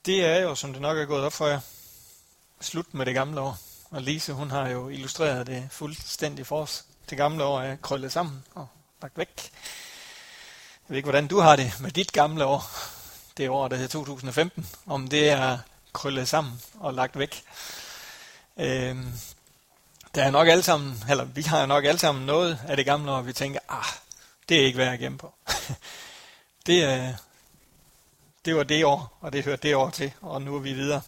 Det er jo, som det nok er gået op for jer, slut med det gamle år. Og Lise, hun har jo illustreret det fuldstændig for os. Det gamle år er krøllet sammen og lagt væk. Jeg ved ikke, hvordan du har det med dit gamle år. Det år, der hedder 2015. Om det er krøllet sammen og lagt væk. Der er nok alle sammen, eller vi har nok alle sammen noget af det gamle år, vi tænker, det er ikke værd at gemme på. Det var det år, og det hørte det år til, og nu er vi videre.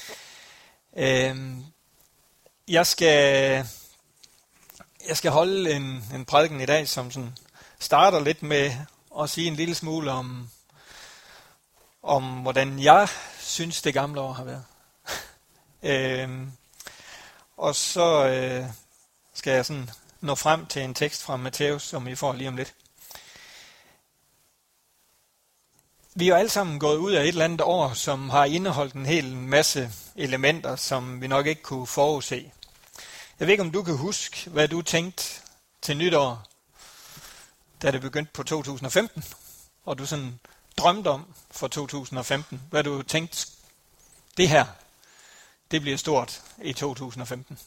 Jeg skal holde en prædiken i dag, som sådan starter lidt med at sige en lille smule om hvordan jeg synes, det gamle år har været. Og så skal jeg sådan nå frem til en tekst fra Matthæus, som I får lige om lidt. Vi er jo alle sammen gået ud af et eller andet år, som har indeholdt en hel masse elementer, som vi nok ikke kunne forudse. Jeg ved ikke, om du kan huske, hvad du tænkte til nytår, da det begyndte på 2015, og du sådan drømte om for 2015. Hvad du tænkte, det her, det bliver stort i 2015.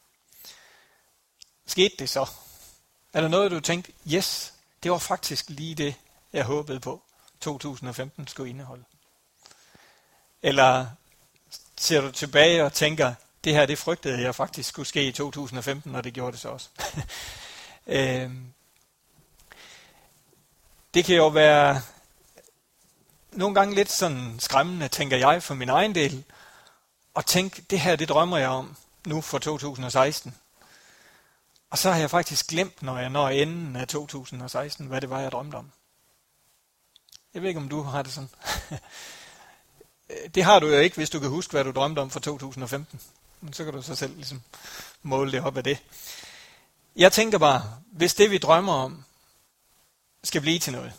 Skete det så? Er der noget, du tænkte, yes, det var faktisk lige det, jeg håbede på, 2015 skulle indeholde? Eller ser du tilbage og tænker, det her, det frygtede jeg faktisk skulle ske i 2015, og det gjorde det så også. Det kan jo være nogle gange lidt sådan skræmmende, tænker jeg for min egen del, og tænke, det her, det drømmer jeg om nu for 2016. Og så har jeg faktisk glemt, når jeg når enden af 2016, hvad det var, jeg drømte om. Jeg ved ikke, om du har det sådan. Det har du jo ikke, hvis du kan huske, hvad du drømte om for 2015. Men så kan du så selv ligesom måle det op af det. Jeg tænker bare, hvis det vi drømmer om skal blive til noget,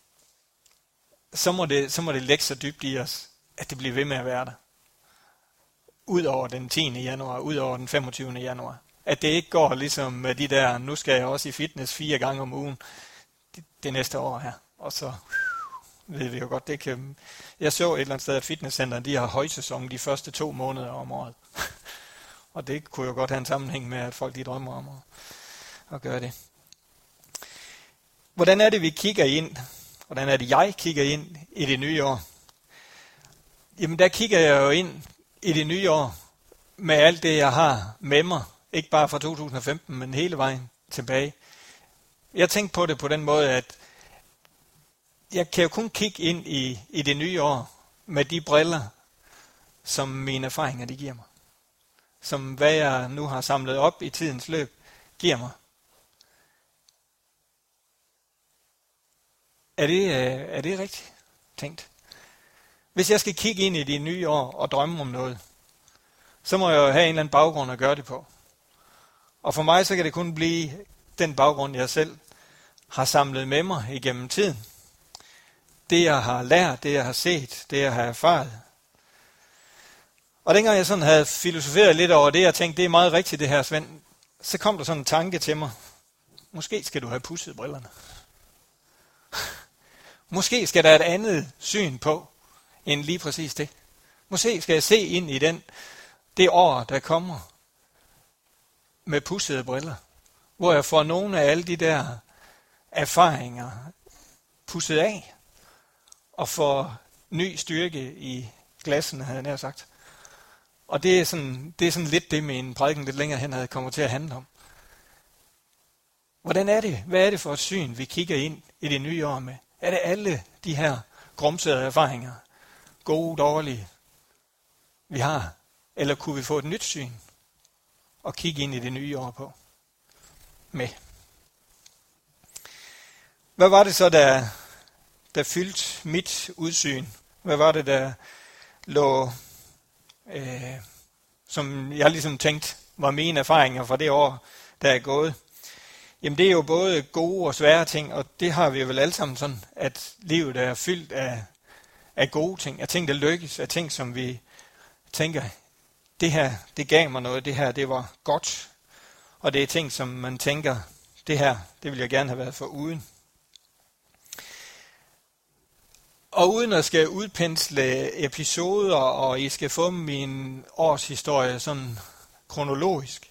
så må det lægge så dybt i os, at det bliver ved med at være der. Udover den 10. januar, udover den 25. januar. At det ikke går ligesom med de der, nu skal jeg også i fitness 4 gange om ugen, det næste år her. Og så ved vi jo godt, det kan. Jeg så et eller andet sted, at fitnesscenteren, de har højsæson de første 2 måneder om året. Og det kunne jo godt have en sammenhæng med, at folk de drømmer om at gøre det. Hvordan er det, vi kigger ind? Hvordan er det, jeg kigger ind i det nye år? Jamen, der kigger jeg jo ind i det nye år med alt det, jeg har med mig. Ikke bare fra 2015, men hele vejen tilbage. Jeg tænkte på det på den måde, at jeg kan jo kun kigge ind i det nye år med de briller, som mine erfaringer de giver mig. Som hvad jeg nu har samlet op i tidens løb, giver mig. Er det rigtigt tænkt? Hvis jeg skal kigge ind i det nye år og drømme om noget, så må jeg jo have en eller anden baggrund at gøre det på. Og for mig så kan det kun blive den baggrund, jeg selv har samlet med mig igennem tiden. Det jeg har lært, det jeg har set, det jeg har erfaret. Og dengang jeg sådan havde filosoferet lidt over det, og tænkte, det er meget rigtigt det her, Svend, så kom der sådan en tanke til mig. Måske skal du have pudset brillerne. Måske skal der et andet syn på, end lige præcis det. Måske skal jeg se ind i det år, der kommer, med pudsede briller, hvor jeg får nogle af alle de der erfaringer pudset af, og får ny styrke i glassene, havde jeg nær sagt. Og det er sådan lidt det, min prædiken lidt længere hen havde kommet til at handle om. Hvordan er det? Hvad er det for et syn, vi kigger ind i det nye år med? Er det alle de her grumsede erfaringer, gode, dårlige, vi har? Eller kunne vi få et nyt syn og kigge ind i det nye år på med? Hvad var det så, der fyldte mit udsyn? Hvad var det, der lå, som jeg ligesom tænkte, var mine erfaringer fra det år, der er gået? Jamen det er jo både gode og svære ting, og det har vi vel alle sammen sådan, at livet er fyldt af gode ting, af ting, der lykkes, af ting, som vi tænker, det her, det gav mig noget, det her, det var godt. Og det er ting, som man tænker, det her, det ville jeg gerne have været foruden. Og uden at skal udpensle episoder, og I skal få min årshistorie sådan kronologisk,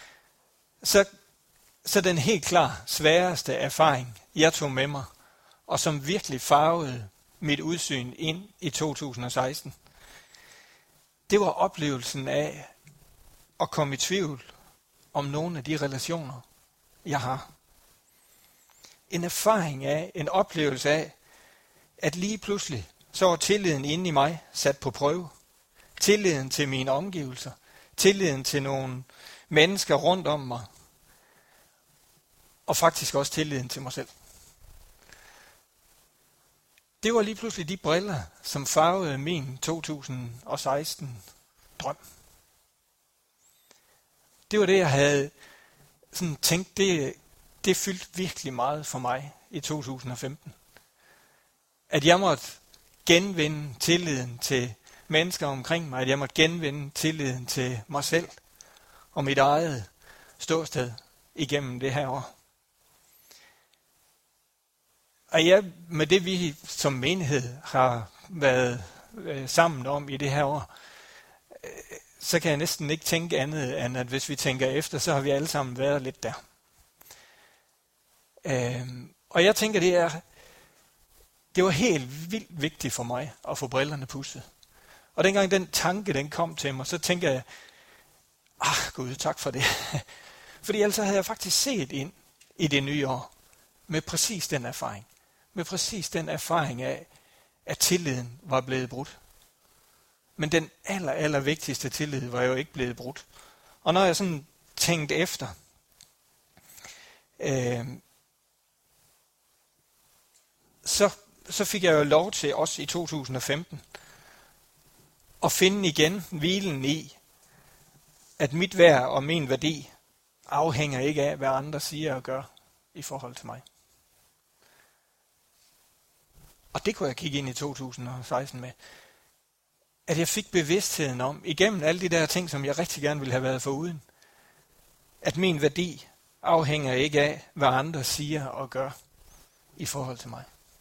så den helt klar sværeste erfaring, jeg tog med mig, og som virkelig farvede mit udsyn ind i 2016, det var oplevelsen af at komme i tvivl om nogle af de relationer, jeg har. En erfaring af, en oplevelse af, at lige pludselig, så var tilliden inde i mig sat på prøve. Tilliden til mine omgivelser. Tilliden til nogle mennesker rundt om mig. Og faktisk også tilliden til mig selv. Det var lige pludselig de briller, som farvede min 2016 drøm. Det var det, jeg havde sådan tænkt, det fyldte virkelig meget for mig i 2015. At jeg måtte genvinde tilliden til mennesker omkring mig, at jeg måtte genvinde tilliden til mig selv og mit eget ståsted igennem det her år. Og med det vi som menighed har været sammen om i det her år, så kan jeg næsten ikke tænke andet, end at hvis vi tænker efter, så har vi alle sammen været lidt der. Og jeg tænker, det var helt vildt vigtigt for mig at få brillerne pudset. Og dengang den tanke, den kom til mig, så tænker jeg, Gud, tak for det. Fordi ellers havde jeg faktisk set ind i det nye år med præcis den erfaring. Med præcis den erfaring af, at tilliden var blevet brudt. Men den aller vigtigste tillid var jo ikke blevet brudt. Og når jeg sådan tænkte efter, så fik jeg jo lov til også i 2015 at finde igen hvilen i, at mit værd og min værdi afhænger ikke af, hvad andre siger og gør i forhold til mig. Og det kunne jeg kigge ind i 2016 med. At jeg fik bevidstheden om, igennem alle de der ting, som jeg rigtig gerne ville have været foruden, at min værdi afhænger ikke af, hvad andre siger og gør i forhold til mig.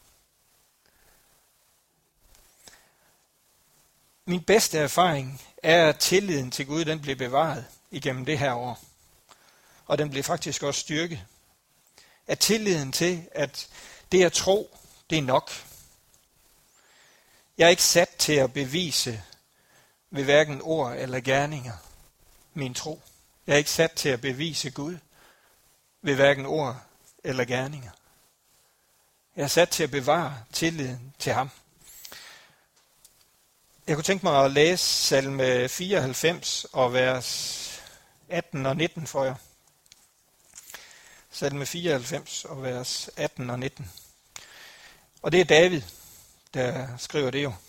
Min bedste erfaring er, at tilliden til Gud, den blev bevaret igennem det her år. Og den blev faktisk også styrket. At tilliden til, at det at tro, det er nok. Jeg er ikke sat til at bevise ved hverken ord eller gerninger min tro. Jeg er ikke sat til at bevise Gud ved hverken ord eller gerninger. Jeg er sat til at bevare tilliden til ham. Jeg kunne tænke mig at læse salme 94 og vers 18 og 19 for jer. Salme 94 og vers 18 og 19. Og det er David, der skriver det jo.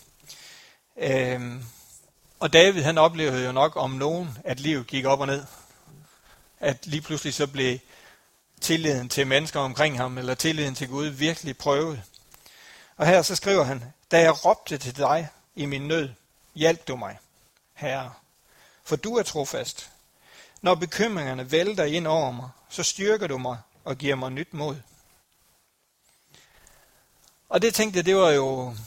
Og David, han oplevede jo nok om nogen, at livet gik op og ned. At lige pludselig så blev tilliden til mennesker omkring ham, eller tilliden til Gud, virkelig prøvet. Og her så skriver han, da jeg råbte til dig i min nød, hjælp du mig, Herre, for du er trofast. Når bekymringerne vælter ind over mig, så styrker du mig og giver mig nyt mod. Og det tænkte jeg, det var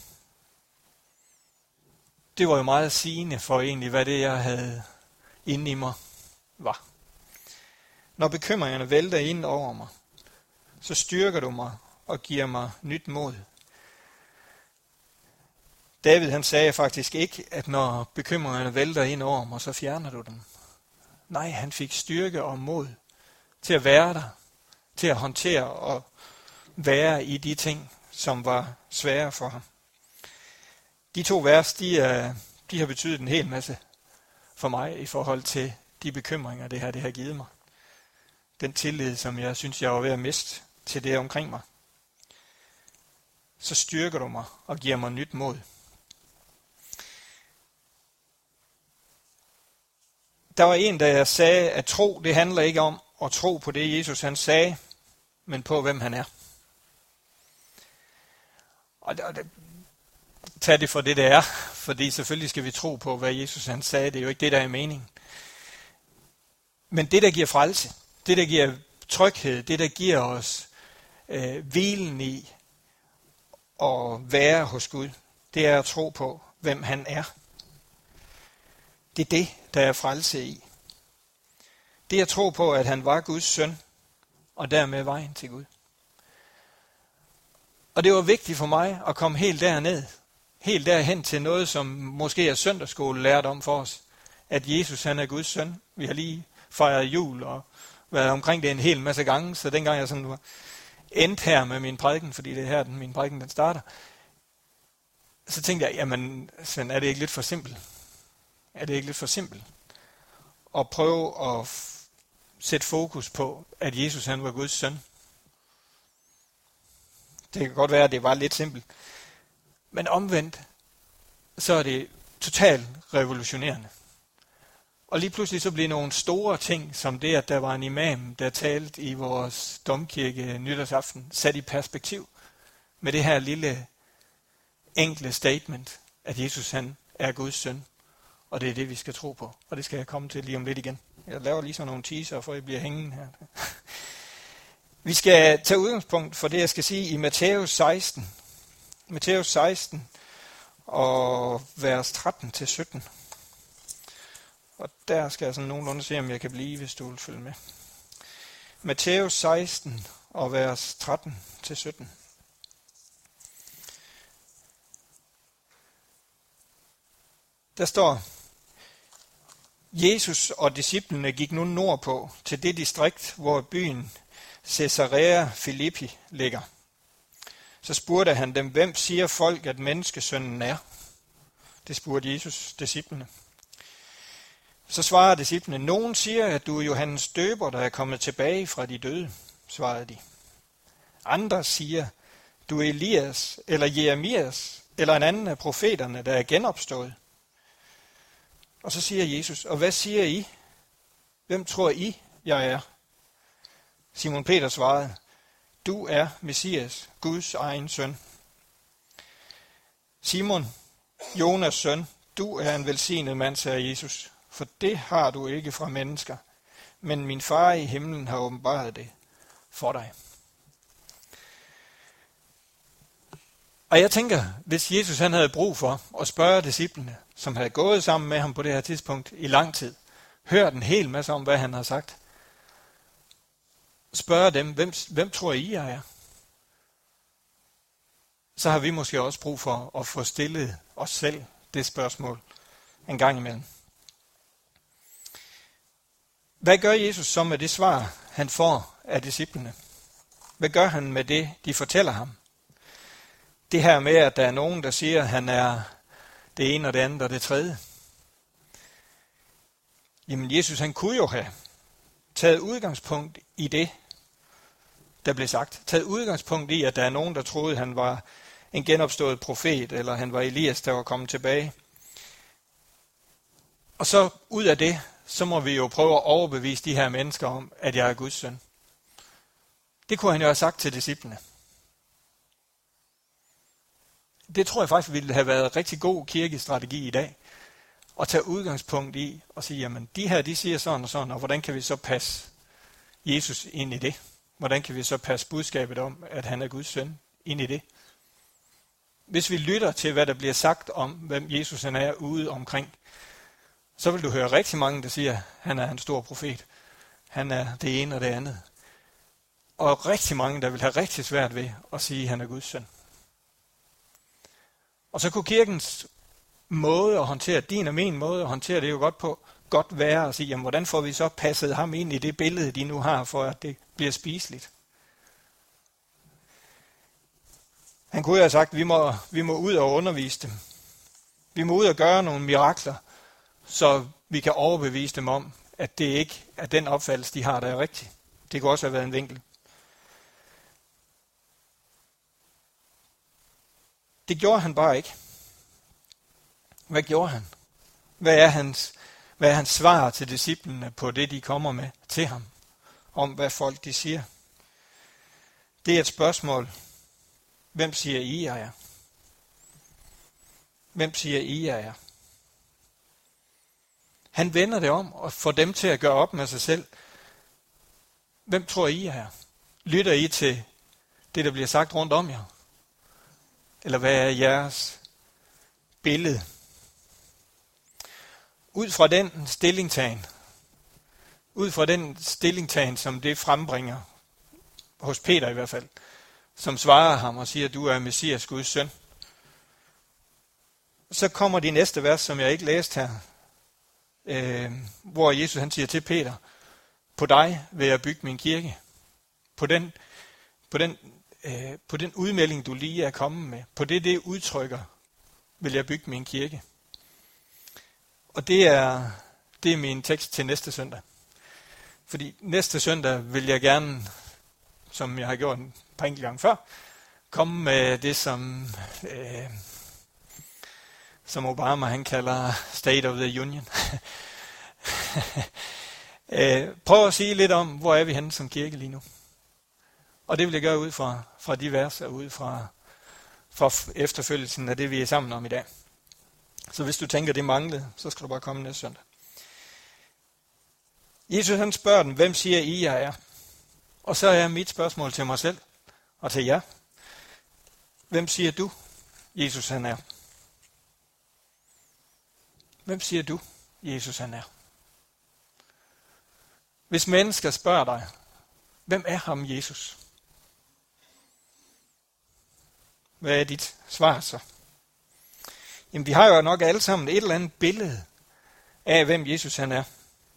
jo meget sigende for egentlig, hvad det jeg havde inde i mig var. Når bekymringerne vælter ind over mig, så styrker du mig og giver mig nyt mod. David, han sagde faktisk ikke, at når bekymringerne vælter ind over mig, så fjerner du dem. Nej, han fik styrke og mod til at være der, til at håndtere og være i de ting, som var svære for ham. De to vers, de har betydet en hel masse for mig i forhold til de bekymringer, det har givet mig. Den tillid, som jeg synes, jeg var ved at miste til det omkring mig. Så styrker du mig og giver mig nyt mod. Der var en, der sagde, at tro, det handler ikke om at tro på det, Jesus han sagde, men på, hvem han er. Og tag det for det, det er, fordi selvfølgelig skal vi tro på, hvad Jesus han sagde. Det er jo ikke det, der er meningen. Men det, der giver frelse, det, der giver tryghed, det, der giver os hvilen i at være hos Gud, det er at tro på, hvem han er. Det er det, der er frelse i. Det er at tro på, at han var Guds søn, og dermed vejen til Gud. Og det var vigtigt for mig at komme helt derned, helt derhen til noget, som måske er søndagsskole lært om for os. At Jesus han er Guds søn. Vi har lige fejret jul og været omkring det en hel masse gange, så dengang jeg sådan var endt her med min prædiken, fordi det er her, min prædiken den starter, så tænkte jeg, jamen Svend, er det ikke lidt for simpelt? Er det ikke lidt for simpelt? At prøve at sætte fokus på, at Jesus han var Guds søn. Det kan godt være, at det var lidt simpelt. Men omvendt, så er det totalt revolutionerende. Og lige pludselig så bliver nogle store ting, som det, at der var en imam, der talte i vores domkirke nytårsaften, sat i perspektiv med det her lille enkle statement, at Jesus han er Guds søn. Og det er det, vi skal tro på. Og det skal jeg komme til lige om lidt igen. Jeg laver lige sådan nogle teaser, for I bliver hængende her. Vi skal tage udgangspunkt for det, jeg skal sige i Matthæus 16. Matthæus 16 og vers 13-17. Og der skal jeg sådan nogenlunde se, om jeg kan blive, hvis du vil følge med. Matthæus 16 og vers 13-17. Der står, Jesus og disciplene gik nu nordpå til det distrikt, hvor byen Caesarea Philippi ligger. Så spurgte han dem, hvem siger folk, at menneskesønnen er? Det spurgte Jesus disciplene. Så svarede disciplene, nogen siger, at du er Johannes Døber, der er kommet tilbage fra de døde, svarede de. Andre siger, du er Elias, eller Jeremias, eller en anden af profeterne, der er genopstået. Og så siger Jesus, og hvad siger I? Hvem tror I, jeg er? Simon Peter svarede, du er Messias, Guds egen søn. Simon, Jonas søn, du er en velsignet mand, sagde Jesus, for det har du ikke fra mennesker, men min far i himlen har åbenbaret det for dig. Og jeg tænker, hvis Jesus han havde brug for at spørge disciplene, som havde gået sammen med ham på det her tidspunkt i lang tid, hørt en hel masse om, hvad han har sagt, spørge dem, hvem tror I, jeg er? Så har vi måske også brug for at få stillet os selv det spørgsmål en gang imellem. Hvad gør Jesus så med det svar, han får af disciplene? Hvad gør han med det, de fortæller ham? Det her med, at der er nogen, der siger, at han er det ene og det andet og det tredje. Jamen Jesus, han kunne jo have taget udgangspunkt i det, der blev sagt. Taget udgangspunkt i, at der er nogen, der troede, han var en genopstået profet, eller han var Elias, der var kommet tilbage. Og så ud af det, så må vi jo prøve at overbevise de her mennesker om, at jeg er Guds søn. Det kunne han jo have sagt til disciplene. Det tror jeg faktisk ville have været en rigtig god kirkestrategi i dag. At tage udgangspunkt i og sige, jamen de her, de siger sådan og sådan, og hvordan kan vi så passe Jesus ind i det? Hvordan kan vi så passe budskabet om, at han er Guds søn ind i det? Hvis vi lytter til, hvad der bliver sagt om, hvem Jesus han er ude omkring, så vil du høre rigtig mange, der siger, at han er en stor profet. Han er det ene og det andet. Og rigtig mange, der vil have rigtig svært ved at sige, at han er Guds søn. Og så kunne kirkens måde at håndtere, din og min måde at håndtere det jo godt være at sige, jamen hvordan får vi så passet ham ind i det billede, de nu har, for at det bliver spiseligt. Han kunne jo have sagt, vi må ud og undervise dem. Vi må ud og gøre nogle mirakler, så vi kan overbevise dem om, at det ikke er den opfattelse, de har, der er rigtig. Det kunne også have været en vinkel. Det gjorde han bare ikke. Hvad gjorde han? Hvad er hans svar til disciplene på det, de kommer med til ham? Om hvad folk de siger? Det er et spørgsmål. Hvem siger I, jeg er? Hvem siger I, jeg er? Han vender det om og får dem til at gøre op med sig selv. Hvem tror I, jeg er? Lytter I til det, der bliver sagt rundt om jer? Eller hvad er jeres billede? Ud fra den stillingtagen, som det frembringer, hos Peter i hvert fald, som svarer ham og siger, at du er Messias, Guds søn. Så kommer de næste vers, som jeg ikke læste her, hvor Jesus han siger til Peter, på dig vil jeg bygge min kirke. På den udmelding, du lige er kommet med, på det udtrykker, vil jeg bygge min kirke. Og det er min tekst til næste søndag. Fordi næste søndag vil jeg gerne, som jeg har gjort en par enkelte gange før, komme med det, som Obama han kalder State of the Union. Prøv at sige lidt om, hvor er vi henne som kirke lige nu. Og det vil jeg gøre ud fra de vers og ud fra efterfølgelsen af det, vi er sammen om i dag. Så hvis du tænker, det manglede, så skal du bare komme næste søndag. Jesus han spørger dem, hvem siger I, jeg er? Og så er mit spørgsmål til mig selv og til jer. Hvem siger du, Jesus han er? Hvem siger du, Jesus han er? Hvis mennesker spørger dig, hvem er ham Jesus? Hvad er dit svar så? Jamen vi har jo nok alle sammen et eller andet billede af, hvem Jesus han er.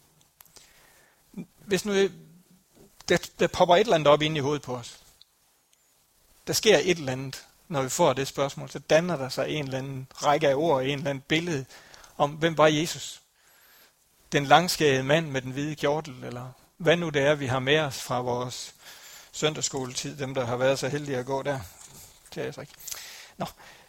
Hvis nu der popper et eller andet op ind i hovedet på os. Der sker et eller andet, når vi får det spørgsmål, så danner der sig en eller anden række af ord, en eller anden billede om, hvem var Jesus? Den langskægede mand med den hvide kjortel, eller hvad nu det er, vi har med os fra vores søndagsskoletid, dem der har været så heldige at gå der. Det er jeg så ikke. Nå.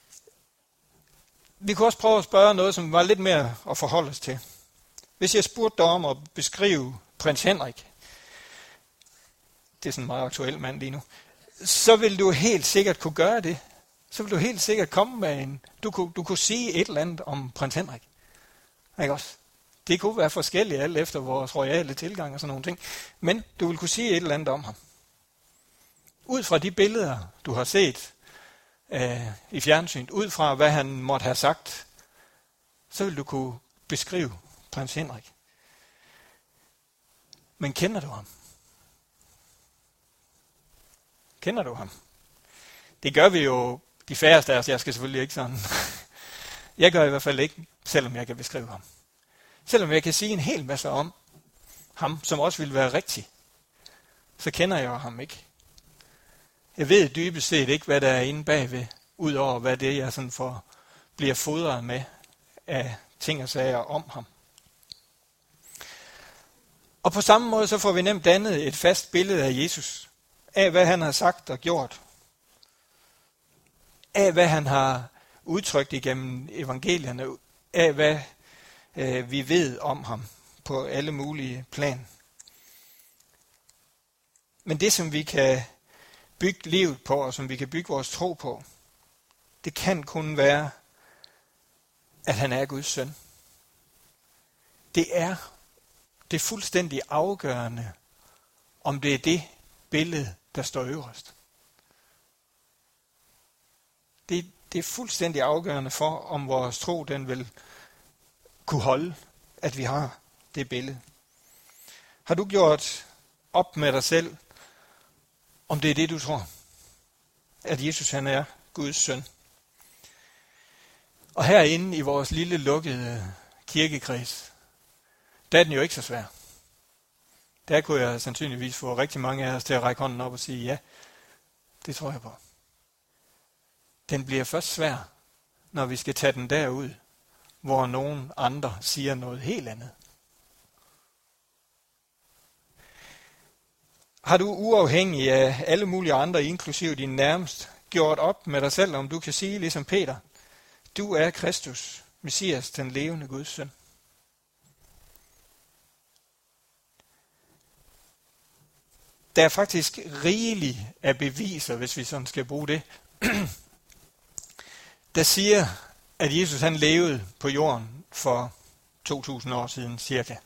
Vi kunne også prøve at spørge noget, som var lidt mere at forholde os til. Hvis jeg spurgte dig om at beskrive prins Henrik, det er sådan en meget aktuel mand lige nu, så vil du helt sikkert kunne gøre det. Så vil du helt sikkert komme med du kunne sige et eller andet om prins Henrik. Ikke også? Det kunne være forskelligt alt efter vores royale tilgang og sådan nogle ting. Men du vil kunne sige et eller andet om ham. Ud fra de billeder, du har set i fjernsynet, ud fra hvad han måtte have sagt, så vil du kunne beskrive prins Henrik. Men kender du ham? Kender du ham? Det gør vi jo de færreste af os. Jeg skal selvfølgelig ikke sådan. Jeg gør i hvert fald ikke, selvom jeg kan beskrive ham. Selvom jeg kan sige en hel masse om ham, som også ville være rigtig, så kender jeg ham ikke. Jeg ved dybest set ikke, hvad der er inde bagved, udover hvad det jeg sådan bliver fodret med af ting og sager om ham. Og på samme måde så får vi nemt dannet et fast billede af Jesus, af hvad han har sagt og gjort, af hvad han har udtrykt igennem evangelierne, af hvad vi ved om ham på alle mulige plan. Men det, som vi kan bygge livet på, og som vi kan bygge vores tro på, det kan kun være, at han er Guds søn. Det er fuldstændig afgørende, om det er det billede, der står øverst. Det er fuldstændig afgørende for, om vores tro den vil kunne holde, at vi har det billede. Har du gjort op med dig selv, om det er det, du tror? At Jesus han er Guds søn. Og herinde i vores lille lukkede kirkekreds, der er den jo ikke så svær. Der kunne jeg sandsynligvis få rigtig mange af os til at række hånden op og sige, ja, det tror jeg på. Den bliver først svær, når vi skal tage den derud, hvor nogen andre siger noget helt andet. Har du uafhængig af alle mulige andre, inklusive din nærmest, gjort op med dig selv, om du kan sige ligesom Peter, du er Kristus, Messias, den levende Guds søn. Der er faktisk rigeligt af beviser, hvis vi sådan skal bruge det, der siger, at Jesus han levede på jorden for 2000 år siden cirka.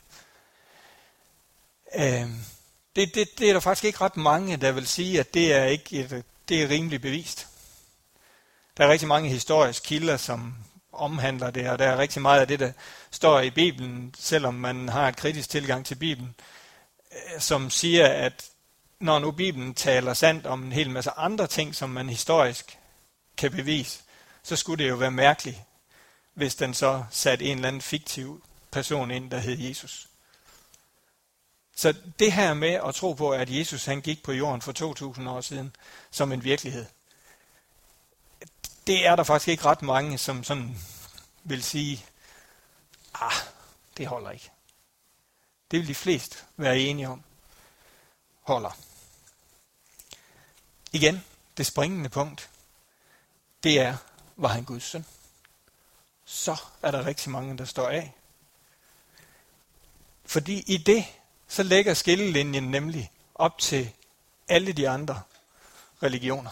Det er der faktisk ikke ret mange, der vil sige, at det er rimelig bevist. Der er rigtig mange historiske kilder, som omhandler det, og der er rigtig meget af det, der står i Bibelen, selvom man har et kritisk tilgang til Bibelen, som siger, at når nu Bibelen taler sandt om en hel masse andre ting, som man historisk kan bevise, så skulle det jo være mærkeligt, hvis den så satte en eller anden fiktiv person ind, der hed Jesus. Så det her med at tro på, at Jesus han gik på jorden for 2000 år siden som en virkelighed, det er der faktisk ikke ret mange, som sådan vil sige, det holder ikke. Det vil de fleste være enige om, holder. Igen, det springende punkt, det er, var han Guds søn? Så er der rigtig mange, der står af. Fordi i det, så lægger skillelinjen nemlig op til alle de andre religioner.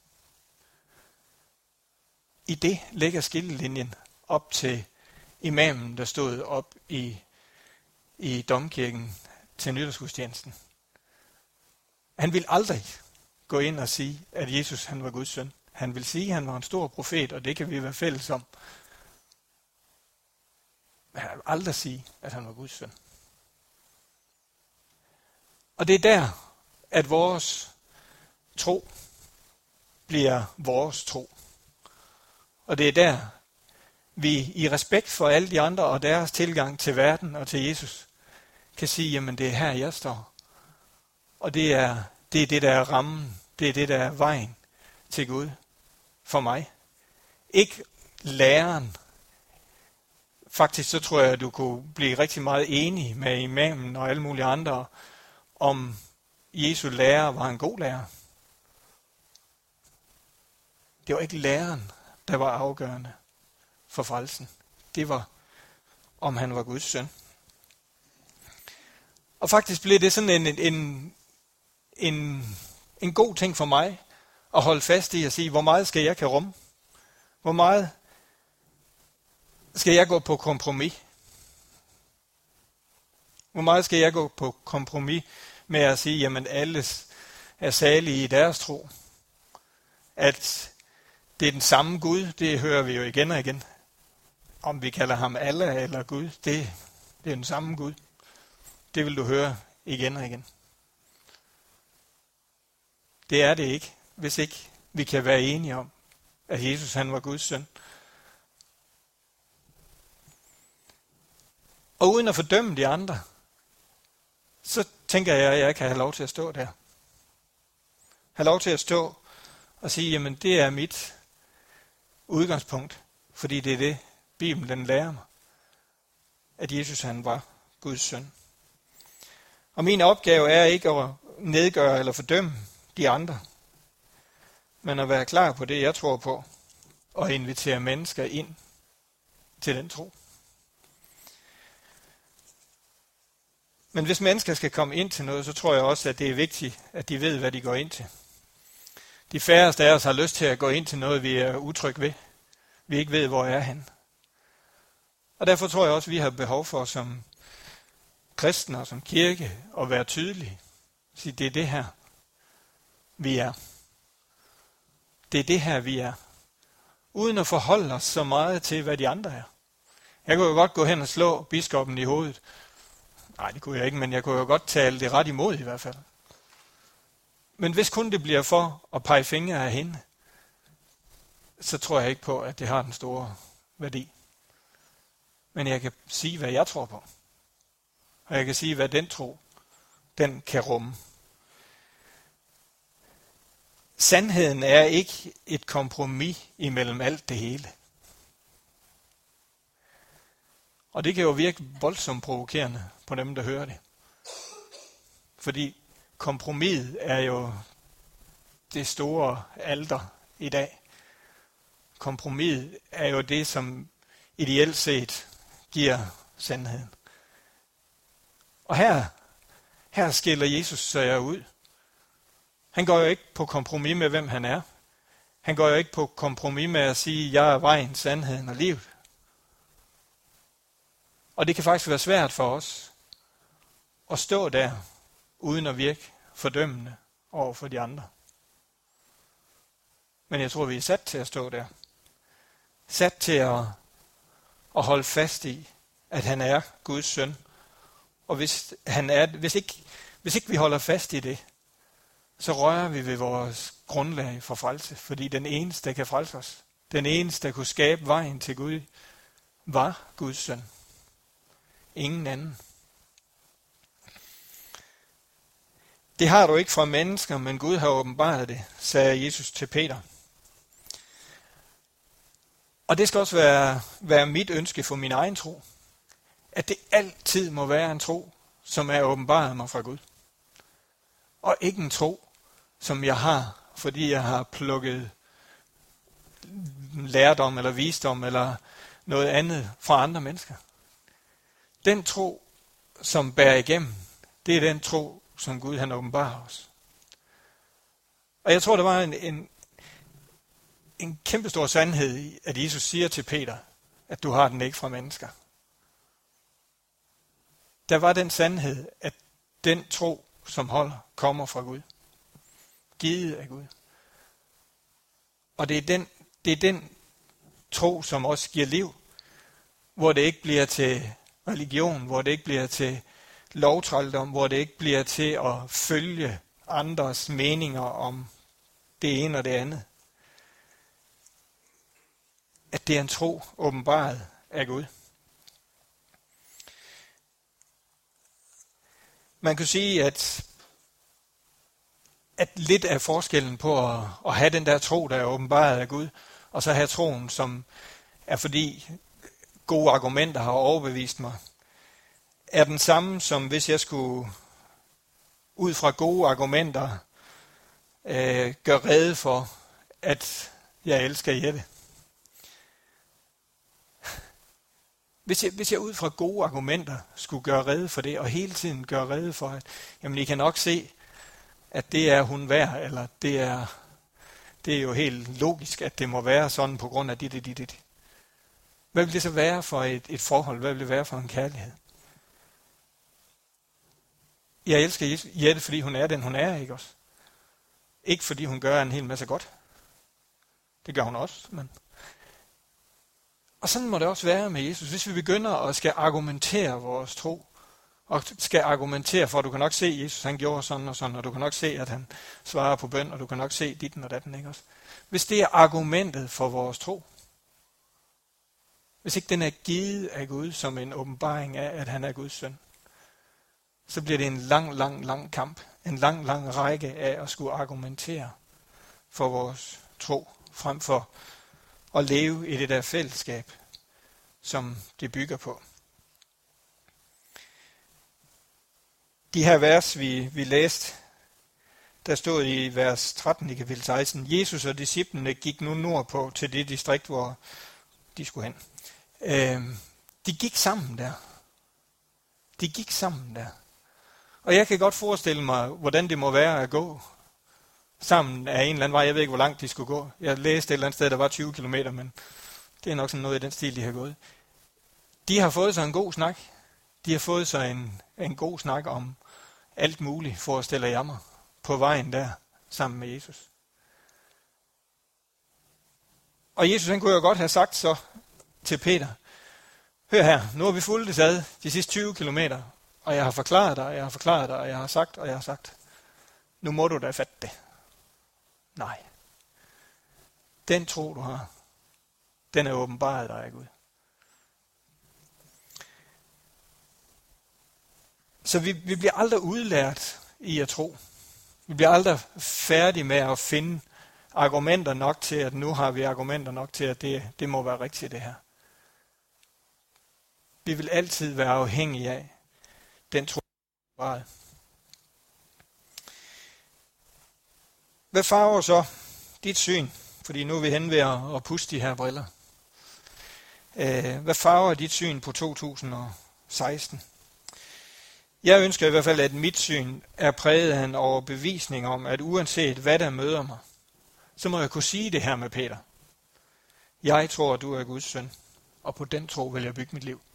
I det lægger skillelinjen op til imamen, der stod op i domkirken til nytårsgudstjenesten. Han ville aldrig gå ind og sige, at Jesus han var Guds søn. Han vil sige, at han var en stor profet, og det kan vi være fælles om. Men han vil aldrig sige, at han var Guds søn. Og det er der, at vores tro bliver vores tro. Og det er der, vi i respekt for alle de andre og deres tilgang til verden og til Jesus, kan sige, jamen det er her, jeg står. Og det er det, der er rammen. Det er det, der er vejen til Gud for mig. Ikke læreren. Faktisk så tror jeg, at du kunne blive rigtig meget enig med imamen og alle mulige andre, om Jesu lærer var en god lærer. Det var ikke læreren, der var afgørende for frelsen. Det var, om han var Guds søn. Og faktisk blev det sådan en god ting for mig at holde fast i at sige, hvor meget skal jeg kan rumme? Hvor meget skal jeg gå på kompromis? Hvor meget skal jeg gå på kompromis med at sige, jamen alle er salige i deres tro? At det er den samme Gud, det hører vi jo igen og igen. Om vi kalder ham Allah eller Gud, det er den samme Gud. Det vil du høre igen og igen. Det er det ikke, hvis ikke vi kan være enige om, at Jesus han var Guds søn. Og uden at fordømme de andre, så tænker jeg, at jeg kan have lov til at stå der. Have lov til at stå og sige, jamen det er mit udgangspunkt, fordi det er det, Bibelen den lærer mig, at Jesus han var Guds søn. Og min opgave er ikke at nedgøre eller fordømme de andre, men at være klar på det, jeg tror på, og invitere mennesker ind til den tro. Men hvis mennesker skal komme ind til noget, så tror jeg også, at det er vigtigt, at de ved, hvad de går ind til. De færreste af os har lyst til at gå ind til noget, vi er utrygge ved. Vi ikke ved, hvor er han. Og derfor tror jeg også, at vi har behov for som kristne og som kirke at være tydelige. Sige, det er det her, vi er. Det er det her, vi er. Uden at forholde os så meget til, hvad de andre er. Jeg kunne jo godt gå hen og slå biskoppen i hovedet. Nej, det kunne jeg ikke, men jeg kunne jo godt tale det ret imod i hvert fald. Men hvis kun det bliver for at pege fingre af hende, så tror jeg ikke på, at det har den store værdi. Men jeg kan sige, hvad jeg tror på. Og jeg kan sige, hvad den tro, den kan rumme. Sandheden er ikke et kompromis imellem alt det hele. Og det kan jo virke voldsomt provokerende på dem, der hører det. Fordi kompromiset er jo det store alter i dag. Kompromiset er jo det, som ideelt set giver sandheden. Og her skiller Jesus sig ud. Han går jo ikke på kompromis med, hvem han er. Han går jo ikke på kompromis med at sige, jeg er vejen, sandheden og livet. Og det kan faktisk være svært for os at stå der, uden at virke fordømmende over for de andre. Men jeg tror, vi er sat til at stå der. Sat til at holde fast i, at han er Guds søn. Og hvis ikke vi holder fast i det, så rører vi ved vores grundlag for frelse. Fordi den eneste, der kan frelse os, den eneste, der kunne skabe vejen til Gud, var Guds søn. Ingen anden. Det har du ikke fra mennesker, men Gud har åbenbaret det, sagde Jesus til Peter. Og det skal også være mit ønske for min egen tro. At det altid må være en tro, som er åbenbaret mig fra Gud. Og ikke en tro, som jeg har, fordi jeg har plukket lærdom eller visdom eller noget andet fra andre mennesker. Den tro, som bærer igennem, det er den tro, som Gud han åbenbarer os. Og jeg tror, der var en kæmpestor sandhed i, at Jesus siger til Peter, at du har den ikke fra mennesker. Der var den sandhed, at den tro, som holder, kommer fra Gud. Givet af Gud. Og det er den tro, som også giver liv, hvor det ikke bliver til religion, hvor det ikke bliver til lovtrældom, hvor det ikke bliver til at følge andres meninger om det ene og det andet. At det er en tro åbenbaret af Gud. Man kan sige, at lidt af forskellen på at have den der tro, der er åbenbaret af Gud, og så have troen, som er fordi gode argumenter har overbevist mig, er den samme, som hvis jeg skulle ud fra gode argumenter gøre rede for, at jeg elsker Jette. Hvis jeg ud fra gode argumenter skulle gøre rede for det, og hele tiden gøre rede for, at jamen, I kan nok se, at det er hun værd, eller det er jo helt logisk, at det må være sådan på grund af dit. Hvad vil det så være for et forhold? Hvad vil det være for en kærlighed? Jeg elsker Jette, fordi hun er den, hun er, ikke også? Ikke fordi hun gør en hel masse godt. Det gør hun også, men... Og sådan må det også være med Jesus. Hvis vi begynder at skal argumentere vores tro, og skal argumentere for, at du kan nok se, at Jesus han gjorde sådan og sådan, og du kan nok se, at han svarer på bøn, og du kan nok se ditten og datten, ikke også? Hvis det er argumentet for vores tro, hvis ikke den er givet af Gud som en åbenbaring af, at han er Guds søn, så bliver det en lang kamp, en lang række af at skulle argumentere for vores tro, frem for at leve i det der fællesskab, som det bygger på. De her vers, vi læste, der stod i vers 13 i kapitel 16, Jesus og disciplene gik nu nordpå til det distrikt, hvor de skulle hen. De gik sammen der. Og jeg kan godt forestille mig, hvordan det må være at gå sammen af en eller anden vej. Jeg ved ikke, hvor langt de skulle gå. Jeg læste et eller andet sted, der var 20 kilometer, men det er nok sådan noget i den stil, de har gået. De har fået sig en god snak. De har fået sig en god snak om alt muligt, forestiller jeg mig, på vejen der, sammen med Jesus. Og Jesus, han kunne jo godt have sagt så til Peter, hør her, nu har vi fulgtes ad de sidste 20 kilometer, og jeg har forklaret dig, og jeg har sagt, nu må du da fatte det. Nej. Den tro, du har, den er åbenbaret dig af Gud. Så vi bliver aldrig udlært i at tro. Vi bliver aldrig færdige med at finde argumenter nok til, at nu har vi argumenter nok til, at det må være rigtigt det her. Vi vil altid være afhængige af den tro, der er. Hvad farver så dit syn? Fordi nu er vi hen ved at puste de her briller. Hvad farver dit syn på 2016? Jeg ønsker i hvert fald, at mit syn er præget af en overbevisning om, at uanset hvad der møder mig, så må jeg kunne sige det her med Peter. Jeg tror, at du er Guds søn, og på den tro vil jeg bygge mit liv.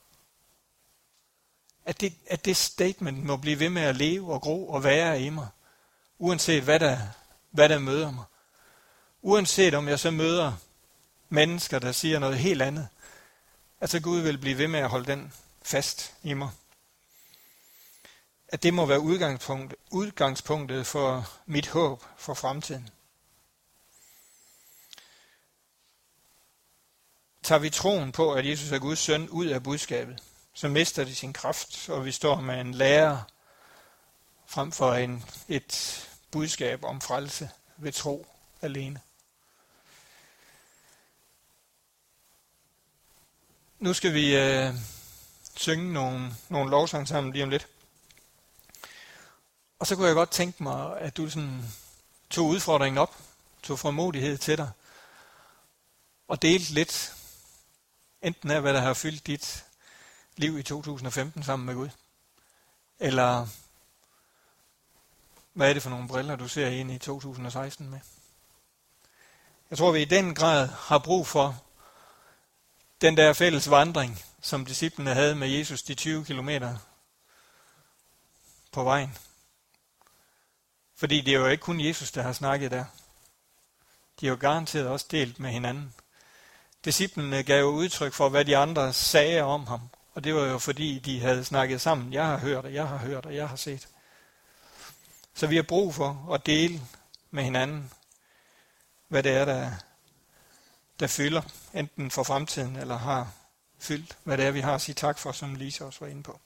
At det statement må blive ved med at leve og gro og være i mig, uanset hvad der møder mig. Uanset om jeg så møder mennesker, der siger noget helt andet, at så Gud vil blive ved med at holde den fast i mig. At det må være udgangspunktet for mit håb for fremtiden. Tager vi troen på, at Jesus er Guds søn, ud af budskabet, så mister det sin kraft, og vi står med en lærer frem for et budskab om frelse ved tro alene. Nu skal vi synge nogle lovsang sammen lige om lidt. Og så kunne jeg godt tænke mig, at du sådan tog udfordringen op, tog frimodighed til dig, og delte lidt, enten af hvad der har fyldt dit liv i 2015 sammen med Gud, eller hvad er det for nogle briller, du ser ind i 2016 med. Jeg tror, vi i den grad har brug for den der fælles vandring, som disciplene havde med Jesus de 20 kilometer på vejen. Fordi det er jo ikke kun Jesus, der har snakket der. De har jo garanteret også delt med hinanden. Disciplene gav jo udtryk for, hvad de andre sagde om ham. Og det var jo fordi, de havde snakket sammen. Jeg har hørt, og jeg har hørt, og jeg har set. Så vi har brug for at dele med hinanden, hvad det er, der fylder, enten for fremtiden, eller har fyldt, hvad det er, vi har at sige tak for, som Lisa også var inde på.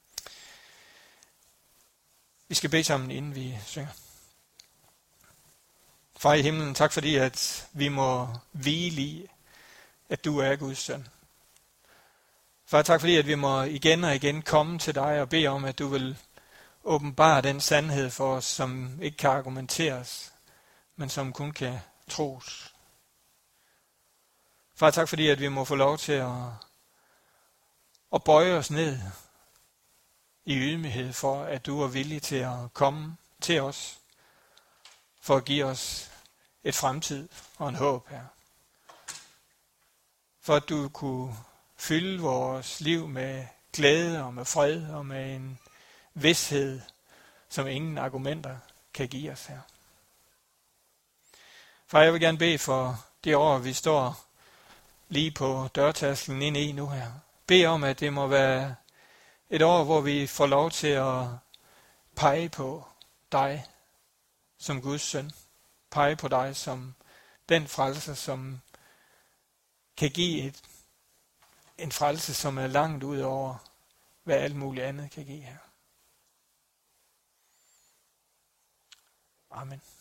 Vi skal bede sammen, inden vi synger. Far i himlen, tak fordi, at vi må hvile i, at du er Guds søn. Far, tak fordi, at vi må igen og igen komme til dig og bede om, at du vil åbenbare den sandhed for os, som ikke kan argumenteres, men som kun kan tros. Far, tak fordi, at vi må få lov til at bøje os ned i ydmyghed for, at du er villig til at komme til os, for at give os et fremtid og en håb her. For at du kunne fylde vores liv med glæde og med fred og med en vished, som ingen argumenter kan give os her. Far, jeg vil gerne bede for det år, vi står lige på dørtærsklen ind i nu her. Bed om, at det må være et år, hvor vi får lov til at pege på dig som Guds søn. Pege på dig som den frelser, som kan give en frelse, som er langt ud over, hvad alt muligt andet kan give her. Amen.